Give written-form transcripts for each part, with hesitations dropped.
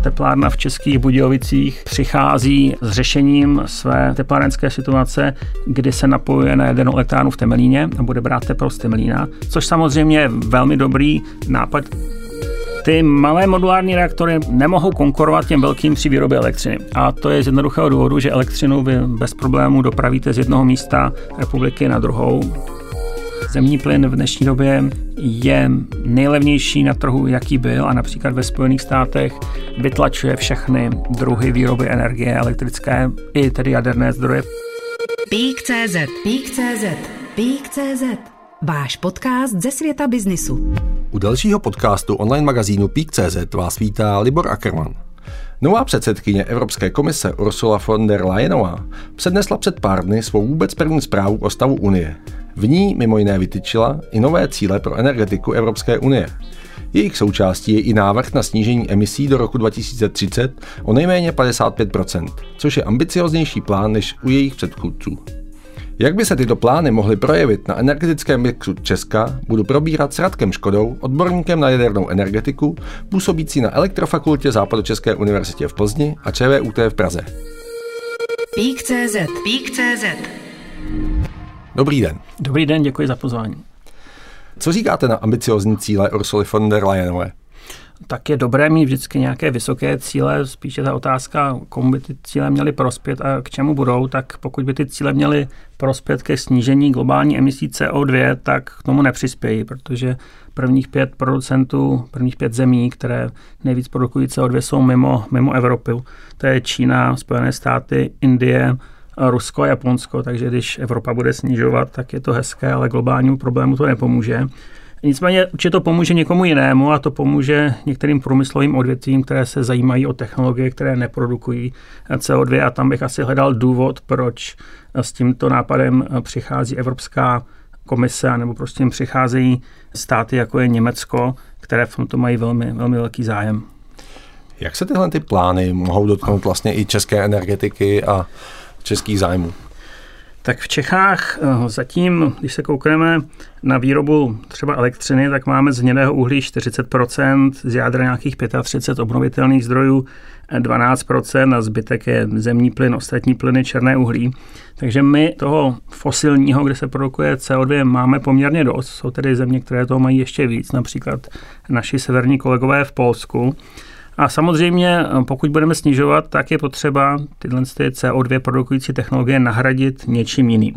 teplárna v Českých Budějovicích přichází s řešením své teplárenské situace, kdy se napojuje na jadernou elektrárnu v Temelíně a bude brát teplo z Temelína, což samozřejmě je velmi dobrý nápad. Ty malé modulární reaktory nemohou konkurovat těm velkým při výrobě elektřiny. A to je z jednoduchého důvodu, že elektřinu vy bez problémů dopravíte z jednoho místa republiky na druhou. Zemní plyn v dnešní době je nejlevnější na trhu, jaký byl, a například ve Spojených státech vytlačuje všechny druhy výroby energie elektrické i tedy jaderné zdroje. Peak.cz Váš podcast ze světa biznisu. U dalšího podcastu online magazínu Peak.cz vás vítá Libor Ackermann. Nová předsedkyně Evropské komise Ursula von der Leyenová přednesla před pár dny svou vůbec první zprávu o stavu Unie. V ní mimo jiné vytyčila i nové cíle pro energetiku Evropské unie. Jejich součástí je i návrh na snížení emisí do roku 2030 o nejméně 55%, což je ambicioznější plán než u jejich předchůdců. Jak by se tyto plány mohly projevit na energetickém mixu Česka, budu probírat s Radkem Škodou, odborníkem na jadernou energetiku, působící na Elektrofakultě Západočeské univerzitě v Plzni a ČVUT v Praze. Peak.cz Dobrý den. Dobrý den, děkuji za pozvání. Co říkáte na ambiciozní cíle Ursuly von der Leyenové? Tak je dobré mít vždycky nějaké vysoké cíle, spíše ta otázka, komu by ty cíle měly prospět a k čemu budou, tak pokud by ty cíle měly prospět ke snížení globální emisí CO2, tak k tomu nepřispějí, protože prvních 5 zemí, které nejvíc produkují CO2, jsou mimo Evropu. To je Čína, Spojené státy, Indie, Rusko a Japonsko, takže když Evropa bude snižovat, tak je to hezké, ale globálnímu problému to nepomůže. Nicméně určitě to pomůže někomu jinému a to pomůže některým průmyslovým odvětvím, které se zajímají o technologie, které neprodukují CO2, a tam bych asi hledal důvod, proč s tímto nápadem přichází Evropská komise, nebo prostě přicházejí státy, jako je Německo, které v tomto mají velmi, velmi velký zájem. Jak se tyhle ty plány mohou dotknout vlastně i české energetiky a českých zájmů? Tak v Čechách zatím, když se koukneme na výrobu třeba elektřiny, tak máme z hnědého uhlí 40%, z jádra nějakých 35%, obnovitelných zdrojů 12% a zbytek je zemní plyn, ostatní plyny, černé uhlí. Takže my toho fosilního, kde se produkuje CO2, máme poměrně dost. Jsou tedy země, které toho mají ještě víc, například naši severní kolegové v Polsku. A samozřejmě, pokud budeme snižovat, tak je potřeba tyhle CO2 produkující technologie nahradit něčím jiným.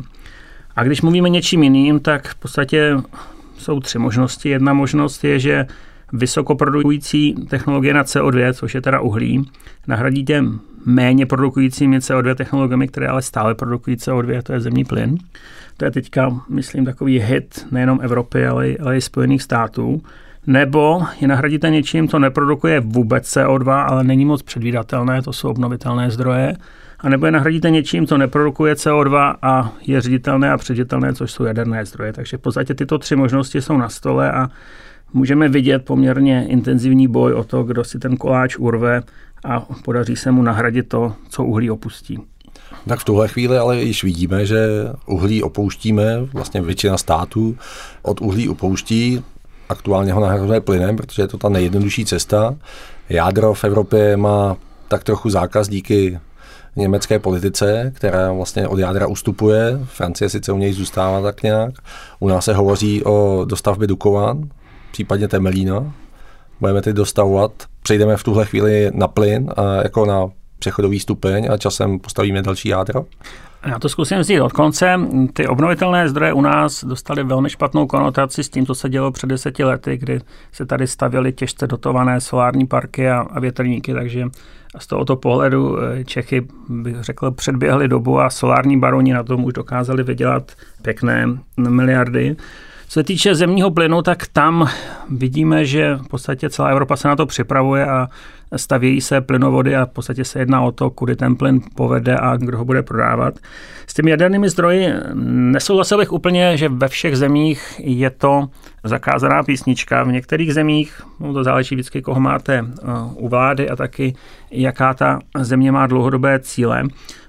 A když mluvíme něčím jiným, tak v podstatě jsou 3 možnosti. Jedna možnost je, že vysokoprodukující technologie na CO2, což je teda uhlí, nahradí těm méně produkujícími CO2 technologiemi, které ale stále produkují CO2, to je zemní plyn. To je teďka, myslím, takový hit nejenom Evropy, ale i Spojených států. Nebo je nahradíte něčím, co neprodukuje vůbec CO2, ale není moc předvídatelné, to jsou obnovitelné zdroje. A nebo je nahradíte něčím, co neprodukuje CO2 a je ředitelné a předvídatelné, což jsou jaderné zdroje. Takže v podstatě tyto 3 možnosti jsou na stole a můžeme vidět poměrně intenzivní boj o to, kdo si ten koláč urve a podaří se mu nahradit to, co uhlí opustí. Tak v tuhle chvíli ale již vidíme, že uhlí opouštíme, vlastně většina států od uhlí opouští. Aktuálně ho nahrazuje plynem, protože je to ta nejjednodušší cesta. Jádro v Evropě má tak trochu zákaz díky německé politice, která vlastně od jádra ustupuje. Francie sice u něj zůstává tak nějak. U nás se hovoří o dostavbě Dukovan, případně Temelína. Budeme teď dostavovat. Přejdeme v tuhle chvíli na plyn a jako na přechodový stupeň a časem postavíme další jádro. Já to zkusím vzít od konce. Ty obnovitelné zdroje u nás dostaly velmi špatnou konotaci s tím, co se dělo před 10 lety, kdy se tady stavěly těžce dotované solární parky a větrníky, takže z tohoto pohledu Čechy, bych řekl, předběhly dobu a solární baroni na tom už dokázali vydělat pěkné miliardy. Co se týče zemního plynu, tak tam vidíme, že v podstatě celá Evropa se na to připravuje a stavějí se plynovody a v podstatě se jedná o to, kudy ten plyn povede a kdo ho bude prodávat. S těmi jadernými zdroji nesouhlasil bych úplně, že ve všech zemích je to zakázaná písnička. V některých zemích, to záleží vždycky, koho máte u vlády a taky jaká ta země má dlouhodobé cíle.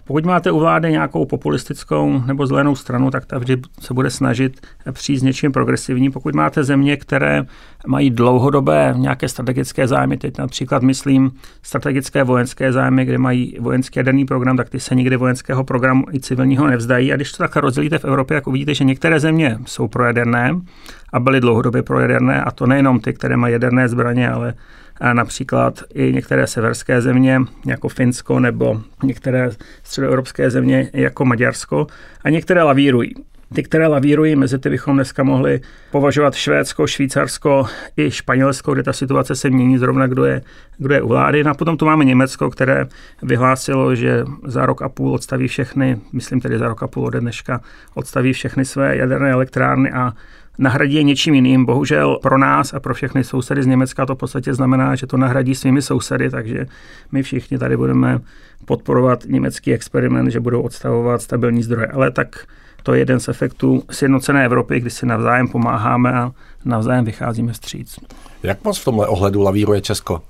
Pokud máte u vlády nějakou populistickou nebo zelenou stranu, tak ta vždy se bude snažit přijít s něčím progresivním. Pokud máte země, které mají dlouhodobé nějaké strategické zájmy, teď například myslím strategické vojenské zájmy, kde mají vojenský jaderný program, tak ty se nikdy vojenského programu i civilního nevzdají. A když to tak rozdělíte v Evropě, tak uvidíte, že některé země jsou projaderné a byly dlouhodobě projaderné, a to nejenom ty, které mají jaderné zbraně, ale a například i některé severské země, jako Finsko, nebo některé středoevropské země, jako Maďarsko, a některé lavírují. Ty, které lavírují, mezi ty bychom dneska mohli považovat Švédsko, Švýcarsko i Španělsko, kde ta situace se mění zrovna, kdo je u vlády. No a potom tu máme Německo, které vyhlásilo, že za rok a půl odstaví všechny, myslím tedy za rok a půl ode dneška, odstaví všechny své jaderné elektrárny a nahradí je něčím jiným. Bohužel pro nás a pro všechny sousedy z Německa to v podstatě znamená, že to nahradí svými sousedy, takže my všichni tady budeme podporovat německý experiment, že budou odstavovat stabilní zdroje. Ale tak to je jeden z efektů sjednocené Evropy, kdy si navzájem pomáháme a navzájem vycházíme vstříc. Jak moc v tomhle ohledu lavíruje Česko?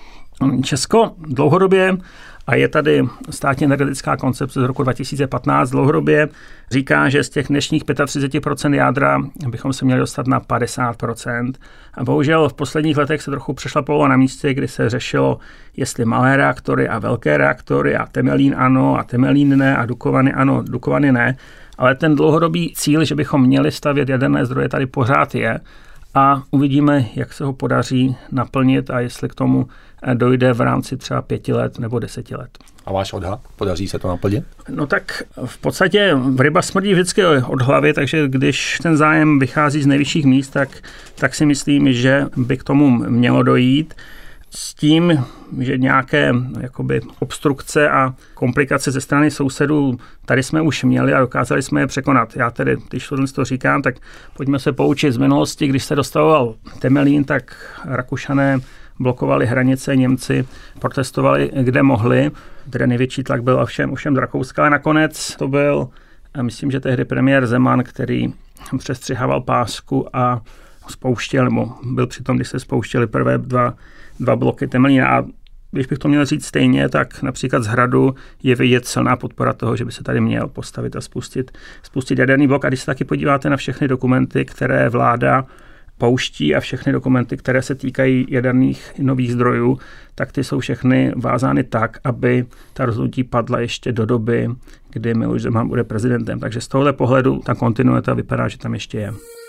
Česko dlouhodobě, a je tady státní energetická koncepce z roku 2015, dlouhodobě říká, že z těch dnešních 35% jádra bychom se měli dostat na 50%. A bohužel v posledních letech se trochu přešlapovalo na místě, kdy se řešilo, jestli malé reaktory a velké reaktory a Temelín ano a Temelín ne a Dukovany ano, Dukovany ne. Ale ten dlouhodobý cíl, že bychom měli stavět jaderné zdroje, tady pořád je. A uvidíme, jak se ho podaří naplnit a jestli k tomu dojde v rámci třeba 5 let nebo 10 let. A váš odhad? Podaří se to naplnit? No tak v podstatě ryba smrdí vždycky od hlavy, takže když ten zájem vychází z nejvyšších míst, tak si myslím, že by k tomu mělo dojít. S tím, že nějaké jakoby obstrukce a komplikace ze strany sousedů tady jsme už měli a dokázali jsme je překonat. Já tedy, když to říkám, tak pojďme se poučit z minulosti. Když se dostavoval Temelín, tak Rakušané blokovali hranice, Němci protestovali, kde mohli. Tedy největší tlak byl ovšem z Rakouska, ale nakonec to byl, myslím, že tehdy premiér Zeman, který přestřihával pásku a spouštěl, nebo byl přitom, když se spouštěly prvé dva bloky Temelína. A když bych to měl říct stejně, tak například z Hradu je vidět silná podpora toho, že by se tady měl postavit a spustit jaderný blok. A když se taky podíváte na všechny dokumenty, které vláda pouští a všechny dokumenty, které se týkají jaderných nových zdrojů, tak ty jsou všechny vázány tak, aby ta rozhodnutí padla ještě do doby, kdy Miloš Zeman bude prezidentem. Takže z tohohle pohledu ta kontinuita vypadá, že tam ještě je.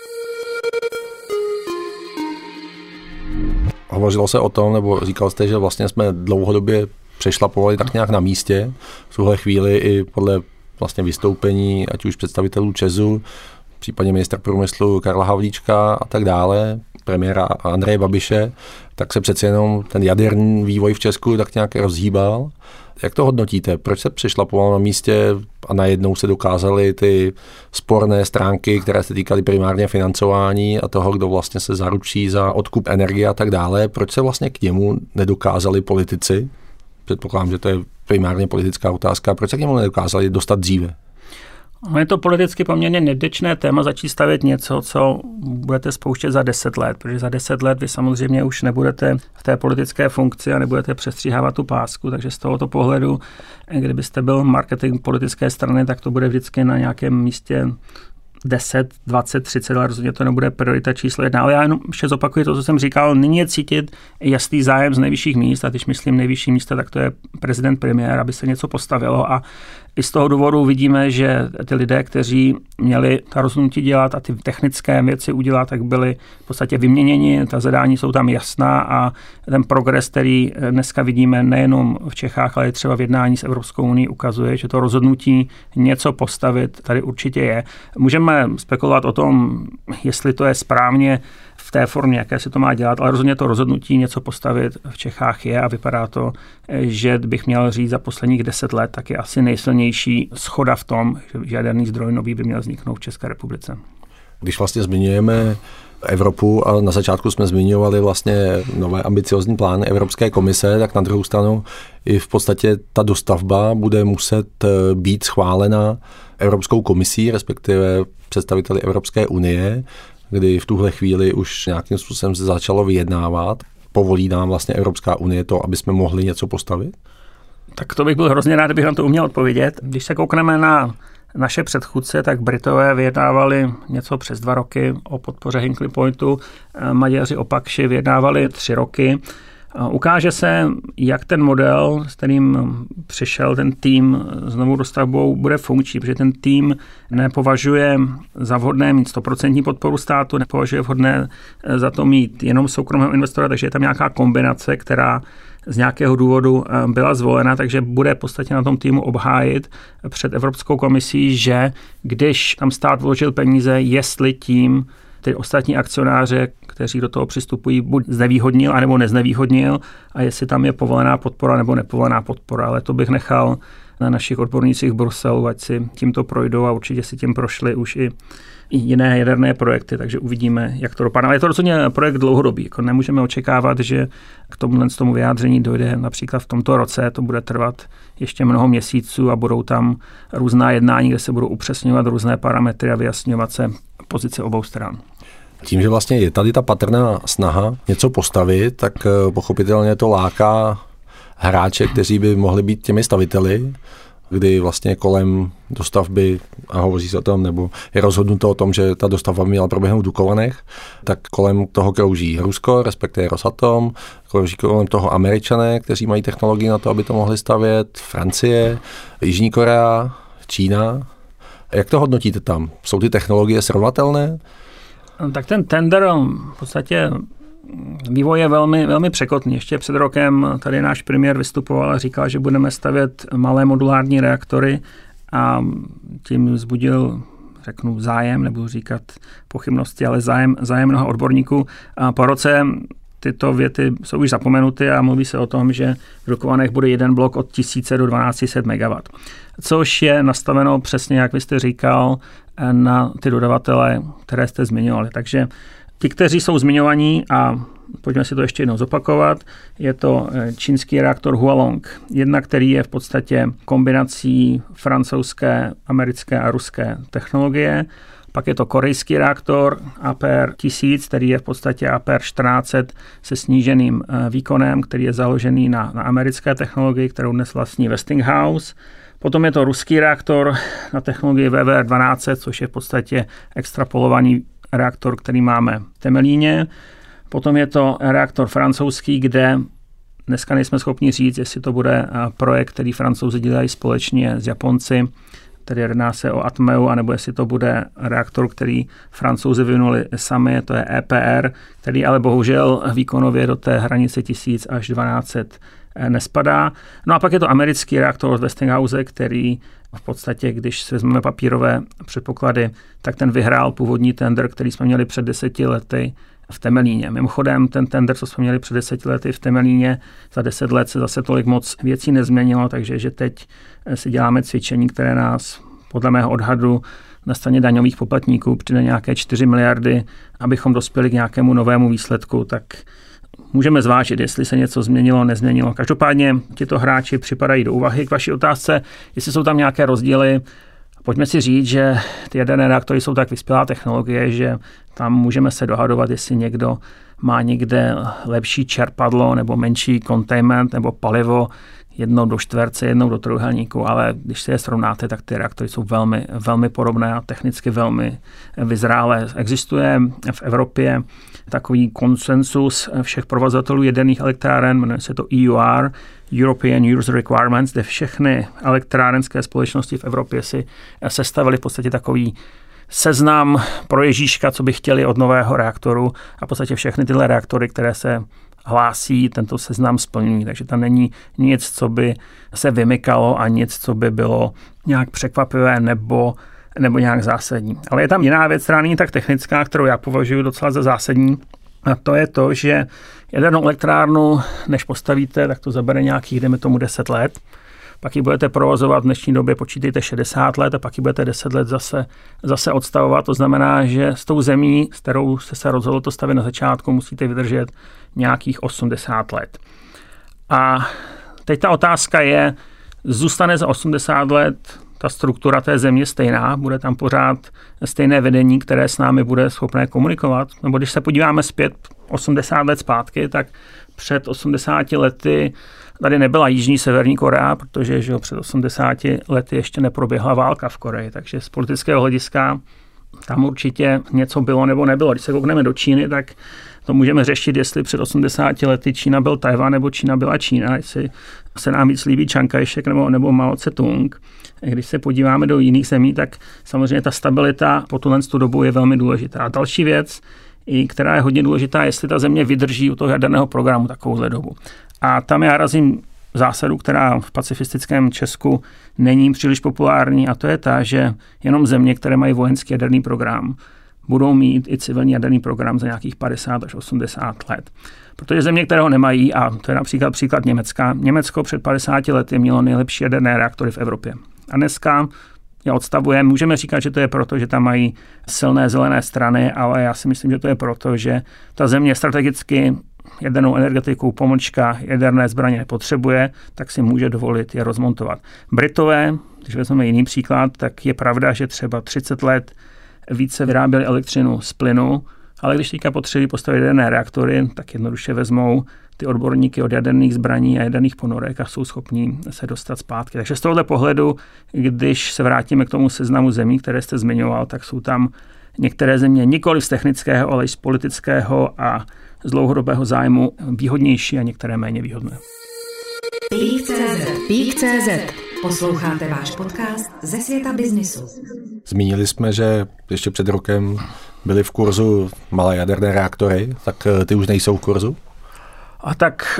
Hovořilo se o tom, nebo říkal jste, že vlastně jsme dlouhodobě přešlapovali tak nějak na místě. V tuhle chvíli i podle vlastně vystoupení, ať už představitelů ČEZu, případně ministra průmyslu Karla Havlíčka a tak dále, premiéra Andreje Babiše, tak se přece jenom ten jaderný vývoj v Česku tak nějak rozhýbal. Jak to hodnotíte? Proč se přešlapovalo na místě a najednou se dokázaly ty sporné stránky, které se týkaly primárně financování a toho, kdo vlastně se zaručí za odkup energie a tak dále? Proč se vlastně k němu nedokázali politici? Předpokládám, že to je primárně politická otázka. Proč se k němu nedokázali dostat dříve? Je to politicky poměrně nevděčné téma začít stavět něco, co budete spouštět za 10 let, protože za 10 let vy samozřejmě už nebudete v té politické funkci a nebudete přestříhávat tu pásku, takže z tohoto pohledu, kdybyste byl marketing politické strany, tak to bude vždycky na nějakém místě 10, 20, 30 let, rozhodně to nebude priorita číslo 1, ale já jenom ještě zopakuju to, co jsem říkal, nyní je cítit jasný zájem z nejvyšších míst, a když myslím nejvyšší místa, tak to je prezident, premiér, aby se něco postavilo, a i z toho důvodu vidíme, že ty lidé, kteří měli ta rozhodnutí dělat a ty technické věci udělat, tak byli v podstatě vyměněni, ta zadání jsou tam jasná a ten progres, který dneska vidíme nejenom v Čechách, ale i třeba v jednání s Evropskou unií, ukazuje, že to rozhodnutí něco postavit tady určitě je. Můžeme spekulovat o tom, jestli to je správně v té formě, jaké se to má dělat, ale rozhodně to rozhodnutí něco postavit v Čechách je a vypadá to, že bych měl říct za posledních 10 let, tak je asi nejsilnější shoda v tom, že jaderný zdroj nový by měl vzniknout v České republice. Když vlastně zmiňujeme Evropu a na začátku jsme zmiňovali vlastně nové ambiciozní plány Evropské komise, tak na druhou stranu i v podstatě ta dostavba bude muset být schválena Evropskou komisí, respektive představiteli Evropské unie, kdy v tuhle chvíli už nějakým způsobem se začalo vyjednávat. Povolí nám vlastně Evropská unie to, aby jsme mohli něco postavit? Tak to bych byl hrozně rád, kdybych na to uměl odpovědět. Když se koukneme na naše předchůdce, tak Britové vyjednávali něco přes 2 roky o podpoře Hinkley Pointu, Maďaři o Pakši vyjednávali 3 roky. Ukáže se, jak ten model, s kterým přišel ten tým s novou dostavbou, bude funkční, protože ten tým nepovažuje za vhodné mít 100% podporu státu, nepovažuje vhodné za to mít jenom soukromého investora, takže je tam nějaká kombinace, která z nějakého důvodu byla zvolena, takže bude v podstatě na tom týmu obhájit před Evropskou komisí, že když tam stát vložil peníze, jestli tím ty ostatní akcionáře, kteří do toho přistupují, buď znevýhodnil, anebo neznevýhodnil a jestli tam je povolená podpora nebo nepovolená podpora. Ale to bych nechal na našich odbornících v Bruselu, ať si tímto projdou a určitě si tím prošli už i jiné jaderné projekty, takže uvidíme, jak to dopadne. Ale je to rozhodně projekt dlouhodobý. Jako nemůžeme očekávat, že k tomu vyjádření dojde například v tomto roce. To bude trvat ještě mnoho měsíců a budou tam různá jednání, kde se budou upřesňovat různé parametry a vyjasňovat se pozice obou stran. Tím, že vlastně je tady ta patrná snaha něco postavit, tak pochopitelně to láká hráče, kteří by mohli být těmi staviteli, kdy vlastně kolem dostavby, a hovoří se o tom, nebo je rozhodnuto o tom, že ta dostavba měla proběhnout v Dukovanech, tak kolem toho krouží Rusko, respektive Rosatom, krouží kolem toho Američané, kteří mají technologii na to, aby to mohli stavět, Francie, Jižní Korea, Čína. Jak to hodnotíte tam? Jsou ty technologie srovnatelné? Tak ten tender v podstatě vývoj je velmi, velmi překotný. Ještě před rokem tady náš premiér vystupoval a říkal, že budeme stavět malé modulární reaktory a tím vzbudil, řeknu, zájem, nebudu říkat pochybnosti, ale zájem mnoha odborníků. A po roce tyto věty jsou už zapomenuty a mluví se o tom, že v Dukovanech bude jeden blok od 1000 do 1200 MW. Což je nastaveno přesně, jak vy jste říkal, na ty dodavatele, které jste zmiňovali. Takže ti, kteří jsou zmiňovaní, a pojďme si to ještě jednou zopakovat, je to čínský reaktor Hualong, jedna, který je v podstatě kombinací francouzské, americké a ruské technologie. Pak je to korejský reaktor APR 1000, který je v podstatě APR 1400 se sníženým výkonem, který je založený na americké technologii, kterou dnes vlastní Westinghouse. Potom je to ruský reaktor na technologii VVR 1200, což je v podstatě extrapolovaný reaktor, který máme v Temelíně. Potom je to reaktor francouzský, kde dneska nejsme schopni říct, jestli to bude projekt, který Francouzi dělají společně s Japonci, tedy jedná se o Atmeu, anebo jestli to bude reaktor, který Francouzi vyvinuli sami, to je EPR, který ale bohužel výkonově do té hranice 1000 až 1200 nespadá. No a pak je to americký reaktor od Westinghouse, který v podstatě, když si vezmeme papírové předpoklady, tak ten vyhrál původní tender, který jsme měli před 10 lety v Temelíně. Mimochodem, ten tender, co jsme měli před 10 lety v Temelíně, za 10 let se zase tolik moc věcí nezměnilo, takže že teď si děláme cvičení, které nás podle mého odhadu na straně daňových poplatníků přijde nějaké 4 miliardy, abychom dospěli k nějakému novému výsledku, tak můžeme zvážit, jestli se něco změnilo, nezměnilo. Každopádně tito hráči připadají do úvahy. K vaší otázce, jestli jsou tam nějaké rozdíly, pojďme si říct, že ty jaderné reaktory jsou tak vyspělá technologie, že tam můžeme se dohadovat, jestli někdo má někde lepší čerpadlo nebo menší containment nebo palivo jednou do čtverce, jednou do trojúhelníku, ale když si je srovnáte, tak ty reaktory jsou velmi, velmi podobné a technicky velmi vyzrálé. Existuje v Evropě takový konsensus všech provozovatelů jaderných elektráren, jmenuje se to EUR, European User Requirements, kde všechny elektrárenské společnosti v Evropě si sestavili v podstatě takový seznam pro Ježíška, co by chtěli od nového reaktoru a v podstatě všechny tyhle reaktory, které se hlásí, tento seznam splňují. Takže tam není nic, co by se vymykalo a nic, co by bylo nějak překvapivé nebo nějak zásadní. Ale je tam jiná věc, která není tak technická, kterou já považuji docela za zásadní. A to je to, že jadernou elektrárnu, než postavíte, tak to zabere nějakých, dejme tomu, 10 let. Pak ji budete provozovat v dnešní době, počítejte 60 let a pak ji budete 10 let zase odstavovat. To znamená, že s tou zemí, s kterou jste se rozhodl to stavit na začátku, musíte vydržet nějakých 80 let. A teď ta otázka je, zůstane za 80 let ta struktura té země stejná, bude tam pořád stejné vedení, které s námi bude schopné komunikovat. Nebo když se podíváme zpět 80 let zpátky, tak před 80 lety tady nebyla Jižní Severní Korea, protože že před 80 lety ještě neproběhla válka v Koreji, takže z politického hlediska tam určitě něco bylo nebo nebylo. Když se koukneme do Číny, tak to můžeme řešit, jestli před 80 lety Čína byl Tajvan nebo Čína byla Čína, jestli se nám víc líbí Chiang Kai-shek nebo Mao Tse-tung. Když se podíváme do jiných zemí, tak samozřejmě ta stabilita po tuhle dobu je velmi důležitá. A další věc, která je hodně důležitá, jestli ta země vydrží u toho jaderného programu takovouhle dobu. A tam já razím zásadu, která v pacifistickém Česku není příliš populární, a to je ta, že jenom země, které mají vojenský jaderný program, budou mít i civilní jaderný program za nějakých 50 až 80 let. Protože země, které ho nemají, a to je například příklad Německa, Německo před 50 lety mělo nejlepší jaderné reaktory v Evropě. A dneska je odstavuje. Můžeme říkat, že to je proto, že tam mají silné zelené strany, ale já si myslím, že to je proto, že ta země strategicky jadernou energetiku, pomlčka, jaderné zbraně nepotřebuje, tak si může dovolit je rozmontovat. Britové, když vezmeme jiný příklad, tak je pravda, že třeba 30 let více vyráběli elektřinu z plynu, ale když teďka potřebují postavit jaderné reaktory, tak jednoduše vezmou ty odborníky od jaderných zbraní a jaderných ponorek a jsou schopní se dostat zpátky. Takže z tohoto pohledu, když se vrátíme k tomu seznamu zemí, které jste zmiňoval, tak jsou tam některé země nikoli z technického, ale i z politického a z dlouhodobého zájmu výhodnější a některé méně výhodné. Peak.cz. Posloucháte váš podcast ze světa biznisu. Zmínili jsme, že ještě před rokem byly v kurzu malé jaderné reaktory, tak ty už nejsou v kurzu? A tak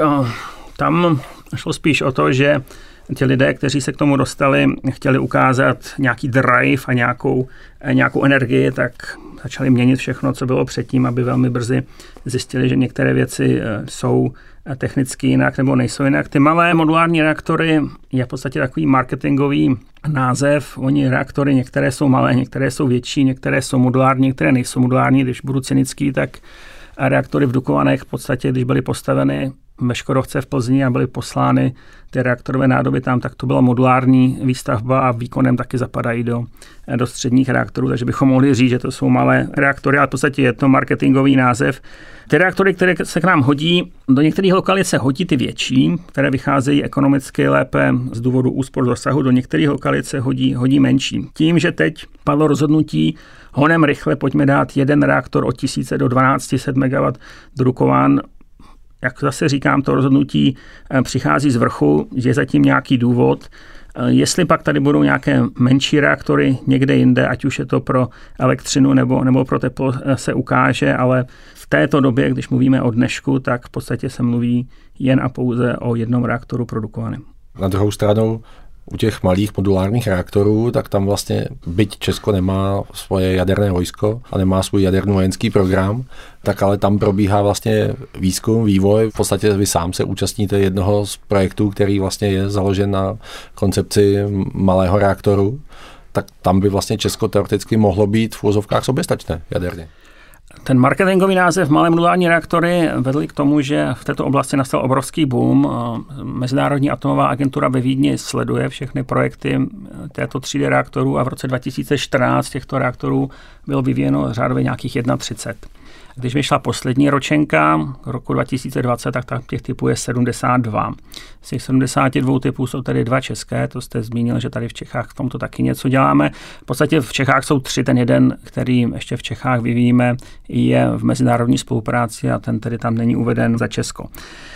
tam šlo spíš o to, že ti lidé, kteří se k tomu dostali, chtěli ukázat nějaký drive a nějakou energii, tak začali měnit všechno, co bylo předtím, aby velmi brzy zjistili, že některé věci jsou technicky jinak nebo nejsou jinak. Ty malé modulární reaktory je v podstatě takový marketingový název. Oni reaktory, některé jsou malé, některé jsou větší, některé jsou modulární, některé nejsou modulární. Když budu cynický, tak reaktory v Dukovanech v podstatě, když byly postaveny ve Škodovce v Plzni a byly poslány ty reaktorové nádoby tam, tak to byla modulární výstavba a výkonem taky zapadají do středních reaktorů, takže bychom mohli říct, že to jsou malé reaktory, ale v podstatě je to marketingový název. Ty reaktory, které se k nám hodí, do některých lokalit se hodí ty větší, které vycházejí ekonomicky lépe z důvodu úspor dosahu, do některých lokalit se hodí menší. Tím, že teď padlo rozhodnutí, honem rychle pojďme dát jeden reaktor od 1000 do 1200 MW do Dukovan, jak zase říkám, to rozhodnutí přichází z vrchu, že je zatím nějaký důvod. Jestli pak tady budou nějaké menší reaktory někde jinde, ať už je to pro elektřinu nebo pro teplo, se ukáže, ale v této době, když mluvíme o dnešku, tak v podstatě se mluví jen a pouze o jednom reaktoru produkovaném. Na druhou stranu u těch malých modulárních reaktorů, tak tam vlastně, byť Česko nemá svoje jaderné vojsko a nemá svůj jaderný vojenský program, tak ale tam probíhá vlastně výzkum, vývoj. V podstatě vy sám se účastníte jednoho z projektů, který vlastně je založen na koncepci malého reaktoru, tak tam by vlastně Česko teoreticky mohlo být v uvozovkách soběstačné jaderně. Ten marketingový název malé modulární reaktory vedl k tomu, že v této oblasti nastal obrovský boom. Mezinárodní atomová agentura ve Vídni sleduje všechny projekty této třídy reaktorů a v roce 2014 těchto reaktorů bylo vyvíjeno řádově nějakých 31. Když vyšla poslední ročenka roku 2020, tak tam těch typů je 72. Z těch 72 typů jsou tady 2 české, to jste zmínil, že tady v Čechách v tomto taky něco děláme. V podstatě v Čechách jsou 3, ten jeden, který ještě v Čechách vyvíjíme, je v mezinárodní spolupráci a ten tedy tam není uveden za Česko.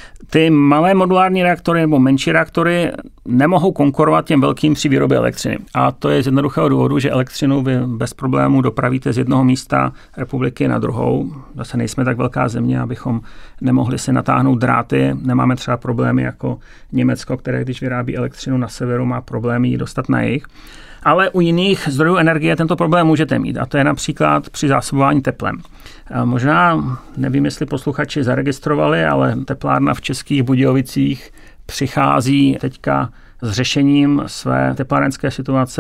Ty malé modulární reaktory nebo menší reaktory nemohou konkurovat těm velkým při výrobě elektřiny. A to je z jednoduchého důvodu, že elektřinu vy bez problémů dopravíte z jednoho místa republiky na druhou. Zase nejsme tak velká země, abychom nemohli si natáhnout dráty. Nemáme třeba problémy jako Německo, které když vyrábí elektřinu na severu, má problémy ji dostat na jih. Ale u jiných zdrojů energie tento problém můžete mít a to je například při zásobování teplem. Možná, nevím, jestli posluchači zaregistrovali, ale teplárna v Českých Budějovicích přichází teďka s řešením své teplárenské situace,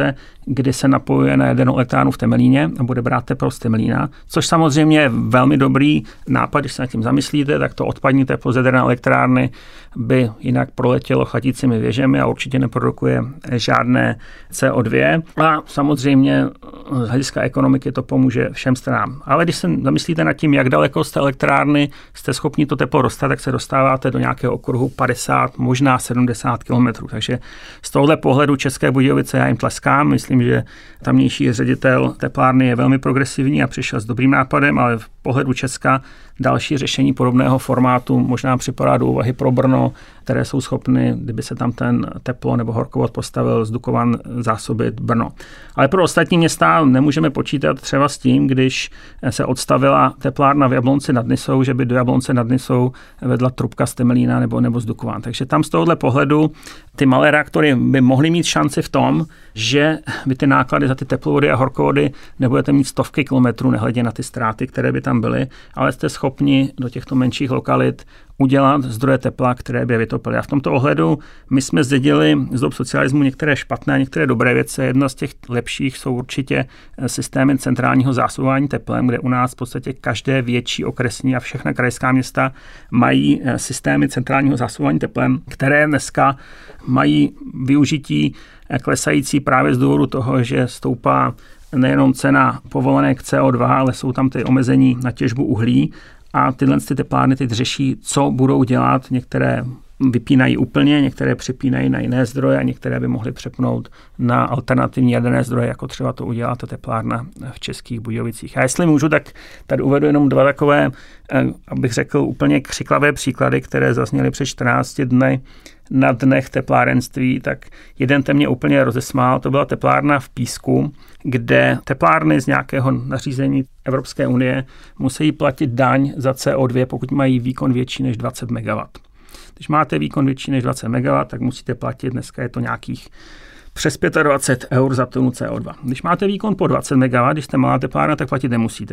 kdy se napojuje na jadernou elektrárnu v Temelíně a bude brát teplo z Temelína, což samozřejmě je velmi dobrý nápad, když se nad tím zamyslíte, tak to odpadní teplo z jaderné elektrárny by jinak proletělo chladícími věžemi a určitě neprodukuje žádné CO2. A samozřejmě z hlediska ekonomiky to pomůže všem stranám. Ale když se zamyslíte nad tím, jak daleko z té elektrárny jste schopni to teplo dostat, tak se dostáváte do nějakého okruhu 50, možná 70 kilometrů. Takže z tohohle pohledu České Budějovice já jim tleskám. Myslím, že tamnější ředitel teplárny je velmi progresivní a přišel s dobrým nápadem, ale v pohledu Česka další řešení podobného formátu možná připadá do úvahy pro Brno, které jsou schopny, kdyby se tam ten teplo nebo horkovod postavil z Dukovan, zásobit Brno. Ale pro ostatní města nemůžeme počítat třeba s tím, když se odstavila teplárna v Jablonci nad Nisou, že by do Jablonce nad Nisou vedla trubka z Temelína nebo z Dukovan. Takže tam z tohohle pohledu ty malé reaktory by mohly mít šanci v tom, že vy ty náklady za ty teplovody a horkovody nebudete mít stovky kilometrů, nehledě na ty ztráty, které by tam byly, ale jste schopni do těchto menších lokalit udělat zdroje tepla, které by je vytopily. A v tomto ohledu my jsme zdědili z dob socialismu některé špatné a některé dobré věci. Jedna z těch lepších jsou určitě systémy centrálního zásobování teplem, kde u nás v podstatě každé větší okresní a všechna krajská města mají systémy centrálního zásobování teplem, které dneska mají využití klesající právě z důvodu toho, že stoupá nejenom cena povolenek CO2, ale jsou tam ty omezení na těžbu uhlí. A tyhle teplárny teď řeší, co budou dělat. Některé vypínají úplně, některé připínají na jiné zdroje a některé by mohly přepnout na alternativní jaderné zdroje, jako třeba to udělá ta teplárna v Českých Budějovicích. A jestli můžu, tak tady uvedu jenom dva takové, abych řekl, úplně křiklavé příklady, které zazněly před 14 dny na dnech teplárenství, tak jeden ten mě úplně rozesmál, to byla teplárna v Písku, kde teplárny z nějakého nařízení Evropské unie musí platit daň za CO2, pokud mají výkon větší než 20 MW. Když máte výkon větší než 20 MW, tak musíte platit, dneska je to nějakých přes 25 eur za tonu CO2. Když máte výkon po 20 MW, když jste malá teplárna, tak platit nemusíte.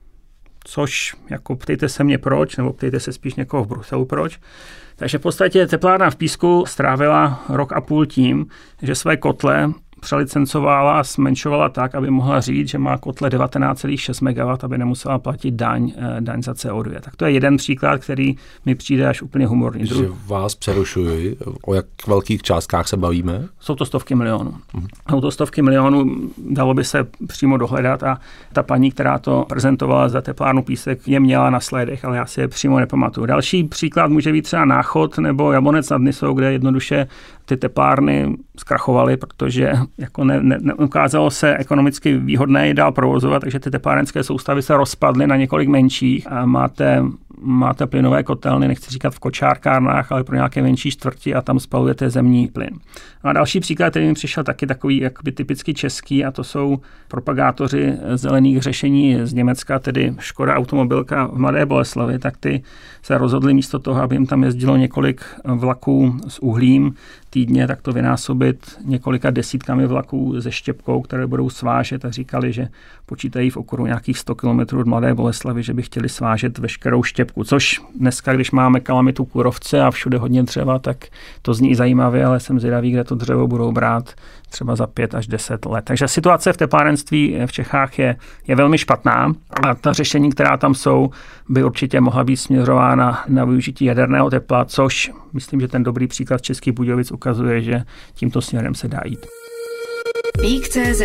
Což, jako ptejte se mě proč, nebo ptejte se spíš někoho v Bruselu proč. Takže v podstatě teplárna v Písku strávila 1,5 roku tím, že své kotle přelicencovala a zmenšovala tak, aby mohla říct, že má kotle 19,6 MW, aby nemusela platit daň za CO2. Tak to je jeden příklad, který mi přijde až úplně humorný. Že vás přerušuji, o jak velkých částkách se bavíme? Jsou to stovky milionů. Jsou to stovky milionů, dalo by se přímo dohledat a ta paní, která to prezentovala za teplárnu Písek, je měla na sledech, ale já si je přímo nepamatuju. Další příklad může být třeba Náchod nebo Jablonec nad Nisou, kde jednoduše ty teplárny zkrachovaly, protože jako neukázalo se ekonomicky výhodné je dál provozovat, takže ty teplárenské soustavy se rozpadly na několik menších a máte plynové kotelny, nechci říkat v kočárkárnách, ale pro nějaké menší čtvrti a tam spalujete zemní plyn. A další příklad, který mi přišel taky takový jakoby typicky český, a to jsou propagátoři zelených řešení z Německa, tedy Škoda automobilka v Mladé Boleslavi, tak ty se rozhodli místo toho, aby jim tam jezdilo několik vlaků s uhlím týdně, tak to vynásobit několika desítkami vlaků se štěpkou, které budou svážet, a říkali, že počítají v okruhu nějakých 100 km od Mladé Boleslavy, že by chtěli svážet veškerou štěpku, což dneska, když máme kalamitu kůrovce a všude hodně dřeva, tak to zní zajímavě, ale jsem zvědavý, kde to dřevo budou brát třeba za 5 až 10 let. Takže situace v teplárenství v Čechách je velmi špatná a ta řešení, která tam jsou, by určitě mohla být směřována na využití jaderného tepla, což myslím, že ten dobrý příklad Českých Budějovic ukazuje, že tímto směrem se dá jít. Pík.cz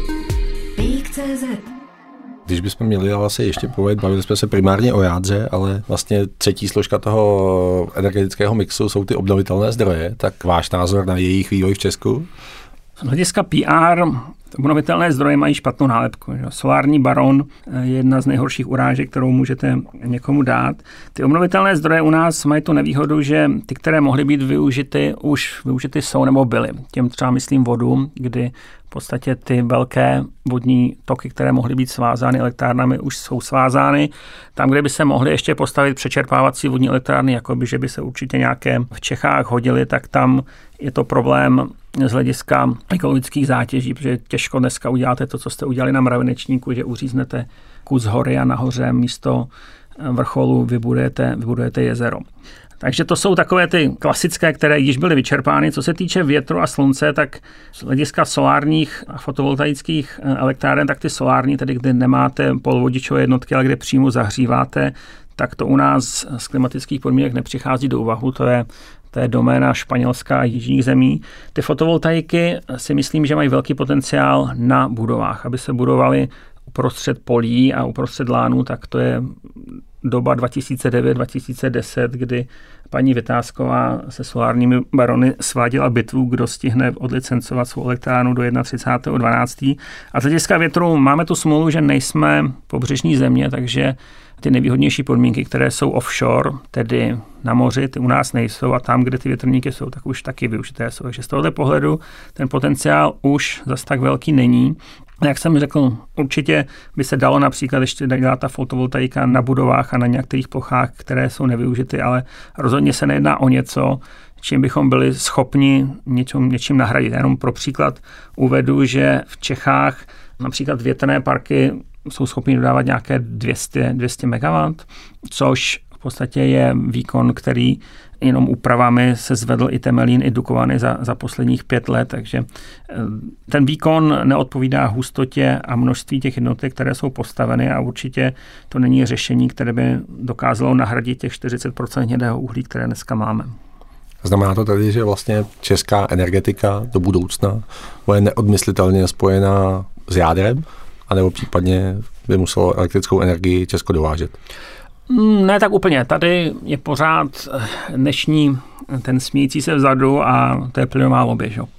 Když bychom měli asi ještě povědět, bavili jsme se primárně o jádře, ale vlastně třetí složka toho energetického mixu jsou ty obnovitelné zdroje, tak váš názor na jejich vývoj v Česku? Z hlediska PR obnovitelné zdroje mají špatnou nálepku. Že? Solární baron je jedna z nejhorších urážek, kterou můžete někomu dát. Ty obnovitelné zdroje u nás mají tu nevýhodu, že ty, které mohly být využity, už využity jsou nebo byly. Tím třeba myslím vodu, kdy v podstatě ty velké vodní toky, které mohly být svázány elektrárnami, už jsou svázány. Tam, kde by se mohly ještě postavit přečerpávací vodní elektrárny, jakoby, že by se určitě nějaké v Čechách hodily, tak tam je to problém z hlediska ekologických zátěží, protože těžko dneska uděláte to, co jste udělali na Mravenečníku, že uříznete kus hory a nahoře místo vrcholu vybudujete jezero. Takže to jsou takové ty klasické, které již byly vyčerpány. Co se týče větru a slunce, tak z hlediska solárních a fotovoltaických elektráren, tak ty solární, tedy kde nemáte polovodičové jednotky, ale kde přímo zahříváte, tak to u nás z klimatických podmínek nepřichází do úvahu. To je doména Španělska a jižních zemí. Ty fotovoltaiky si myslím, že mají velký potenciál na budovách, aby se budovaly uprostřed polí a uprostřed lánů, tak to je doba 2009-2010, kdy paní Vitásková se solárními barony sváděla bitvu, kdo stihne odlicencovat svou elektrárnu do 31.12. A z hlediska větru máme tu smůlu, že nejsme pobřežní země, takže ty nejvýhodnější podmínky, které jsou offshore, tedy na moři, ty u nás nejsou a tam, kde ty větrníky jsou, tak už taky využité jsou. Takže z tohoto pohledu ten potenciál už zas tak velký není. Jak jsem řekl, určitě by se dalo například ještě dělat ta fotovoltaika na budovách a na některých plochách, které jsou nevyužity, ale rozhodně se nejedná o něco, čím bychom byli schopni něčím nahradit. Jenom pro příklad uvedu, že v Čechách například větrné parky jsou schopni dodávat nějaké 200 MW, což v podstatě je výkon, který jenom úpravami se zvedl i Temelín, i Dukovany za posledních 5 let, takže ten výkon neodpovídá hustotě a množství těch jednotek, které jsou postaveny a určitě to není řešení, které by dokázalo nahradit těch 40% hnědého uhlí, které dneska máme. Znamená to tedy, že vlastně česká energetika do budoucna bude neodmyslitelně spojená s jádrem, anebo případně by muselo elektrickou energii Česko dovážet? Ne tak úplně. Tady je pořád dnešní ten smějící se vzadu a to je plynová lobby. Že?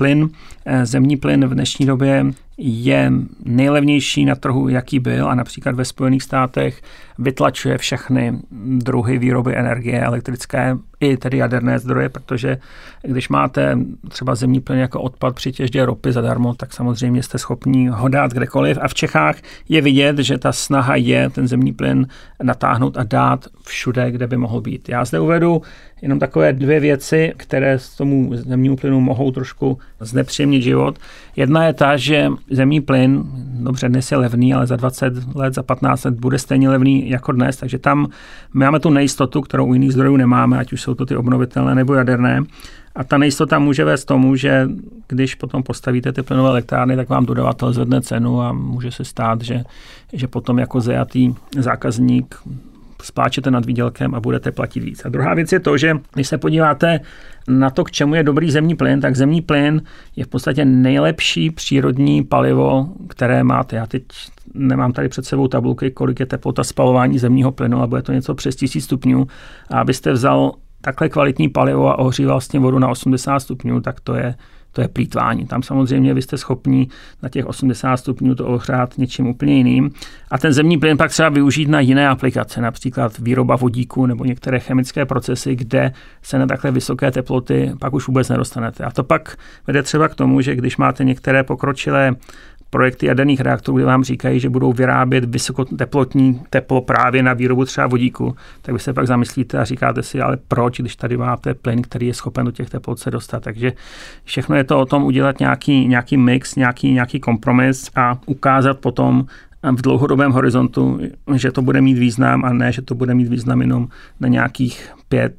Zemní plyn v dnešní době je nejlevnější na trhu, jaký byl a například ve Spojených státech vytlačuje všechny druhy výroby energie elektrické i tedy jaderné zdroje, protože když máte třeba zemní plyn jako odpad při těžbě ropy zadarmo, tak samozřejmě jste schopni ho dát kdekoliv a v Čechách je vidět, že ta snaha je ten zemní plyn natáhnout a dát všude, kde by mohl být. Já zde uvedu jenom takové 2 věci, které s tomu zemnímu plynu mohou trošku znepříjemnit život. Jedna je ta, že zemní plyn, dobře, dnes je levný, ale za 20 let, za 15 let bude stejně levný jako dnes, takže tam máme tu nejistotu, kterou u jiných zdrojů nemáme, ať už jsou to ty obnovitelné nebo jaderné. A ta nejistota může vést tomu, že když potom postavíte ty plynové elektrárny, tak vám dodavatel zvedne cenu a může se stát, že potom jako zajatý zákazník spláčete nad výdělkem a budete platit víc. A druhá věc je to, že když se podíváte na to, k čemu je dobrý zemní plyn, tak zemní plyn je v podstatě nejlepší přírodní palivo, které máte. Já teď nemám tady před sebou tabulky, kolik je teplota spalování zemního plynu, ale bude to něco přes 1000 stupňů. A abyste vzal takhle kvalitní palivo a ohříval s tím vodu na 80 stupňů, tak to je plýtvání. Tam samozřejmě vy jste schopni na těch 80 stupňů to ohřát něčím úplně jiným. A ten zemní plyn pak třeba využít na jiné aplikace, například výroba vodíku nebo některé chemické procesy, kde se na takhle vysoké teploty pak už vůbec nedostanete. A to pak vede třeba k tomu, že když máte některé pokročilé projekty jaderných reaktorů, kde vám říkají, že budou vyrábět vysokoteplotní teplo právě na výrobu třeba vodíku, tak vy se pak zamyslíte a říkáte si, ale proč, když tady máte plyn, který je schopen do těch teplot se dostat. Takže všechno je to o tom udělat nějaký mix, nějaký kompromis a ukázat potom v dlouhodobém horizontu, že to bude mít význam a ne, že to bude mít význam jenom na nějakých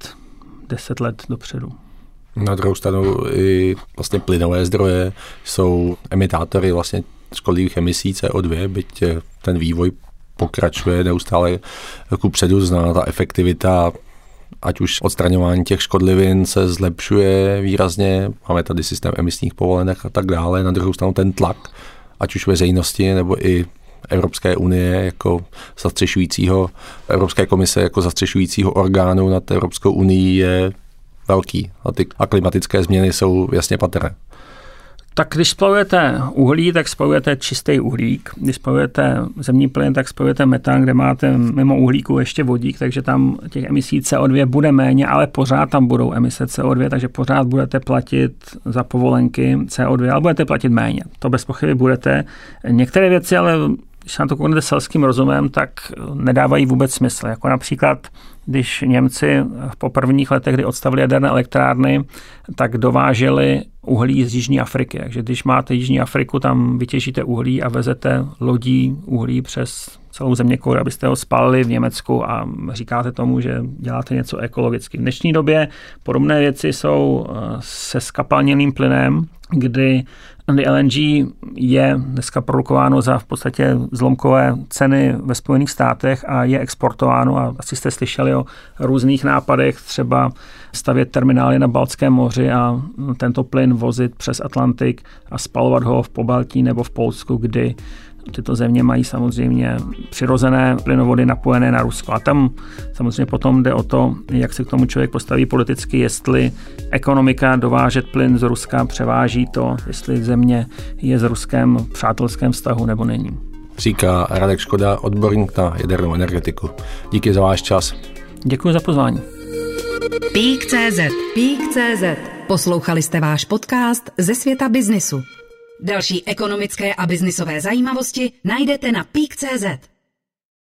5-10 let dopředu. Na druhou stranu i vlastně plynové zdroje jsou emitátory vlastně škodlivých emisí CO2, byť ten vývoj pokračuje neustále kupředu, znamená ta efektivita, ať už odstraňování těch škodlivin se zlepšuje výrazně, máme tady systém emisních povolenek a tak dále, na druhou stranu ten tlak, ať už veřejnosti nebo i Evropské unie jako zastřešujícího, Evropské komise jako zastřešujícího orgánu nad Evropskou unii je velký a klimatické změny jsou jasně patrné. Tak když spalujete uhlí, tak spalujete čistý uhlík. Když spalujete zemní plyn, tak spalujete metan, kde máte mimo uhlíku ještě vodík, takže tam těch emisí CO2 bude méně, ale pořád tam budou emise CO2, takže pořád budete platit za povolenky CO2, ale budete platit méně. To bez pochyby budete. Některé věci, ale když na to kouknete selským rozumem, tak nedávají vůbec smysl. Jako například když Němci po prvních letech, kdy odstavili jaderné elektrárny, tak dováželi uhlí z Jižní Afriky. Takže když máte Jižní Afriku, tam vytěžíte uhlí a vezete lodí uhlí přes celou zeměkouli, abyste ho spalili v Německu a říkáte tomu, že děláte něco ekologicky. V dnešní době podobné věci jsou se skapalněným plynem, kdy LNG je dneska produkováno za v podstatě zlomkové ceny ve Spojených státech a je exportováno a asi jste slyšeli o různých nápadech, třeba stavět terminály na Baltském moři a tento plyn vozit přes Atlantik a spalovat ho v Pobaltí nebo v Polsku, kdy tyto země mají samozřejmě přirozené plynovody napojené na Rusko. A tam samozřejmě potom jde o to, jak se k tomu člověk postaví politicky, jestli ekonomika dovážet plyn z Ruska převáží to, jestli země je s Ruskem v přátelském vztahu nebo není. Říká Radek Škoda, odborník na jadernou energetiku. Díky za váš čas. Děkuji za pozvání. Peak.cz. Poslouchali jste váš podcast ze světa biznisu. Další ekonomické a biznisové zajímavosti najdete na Peak.cz.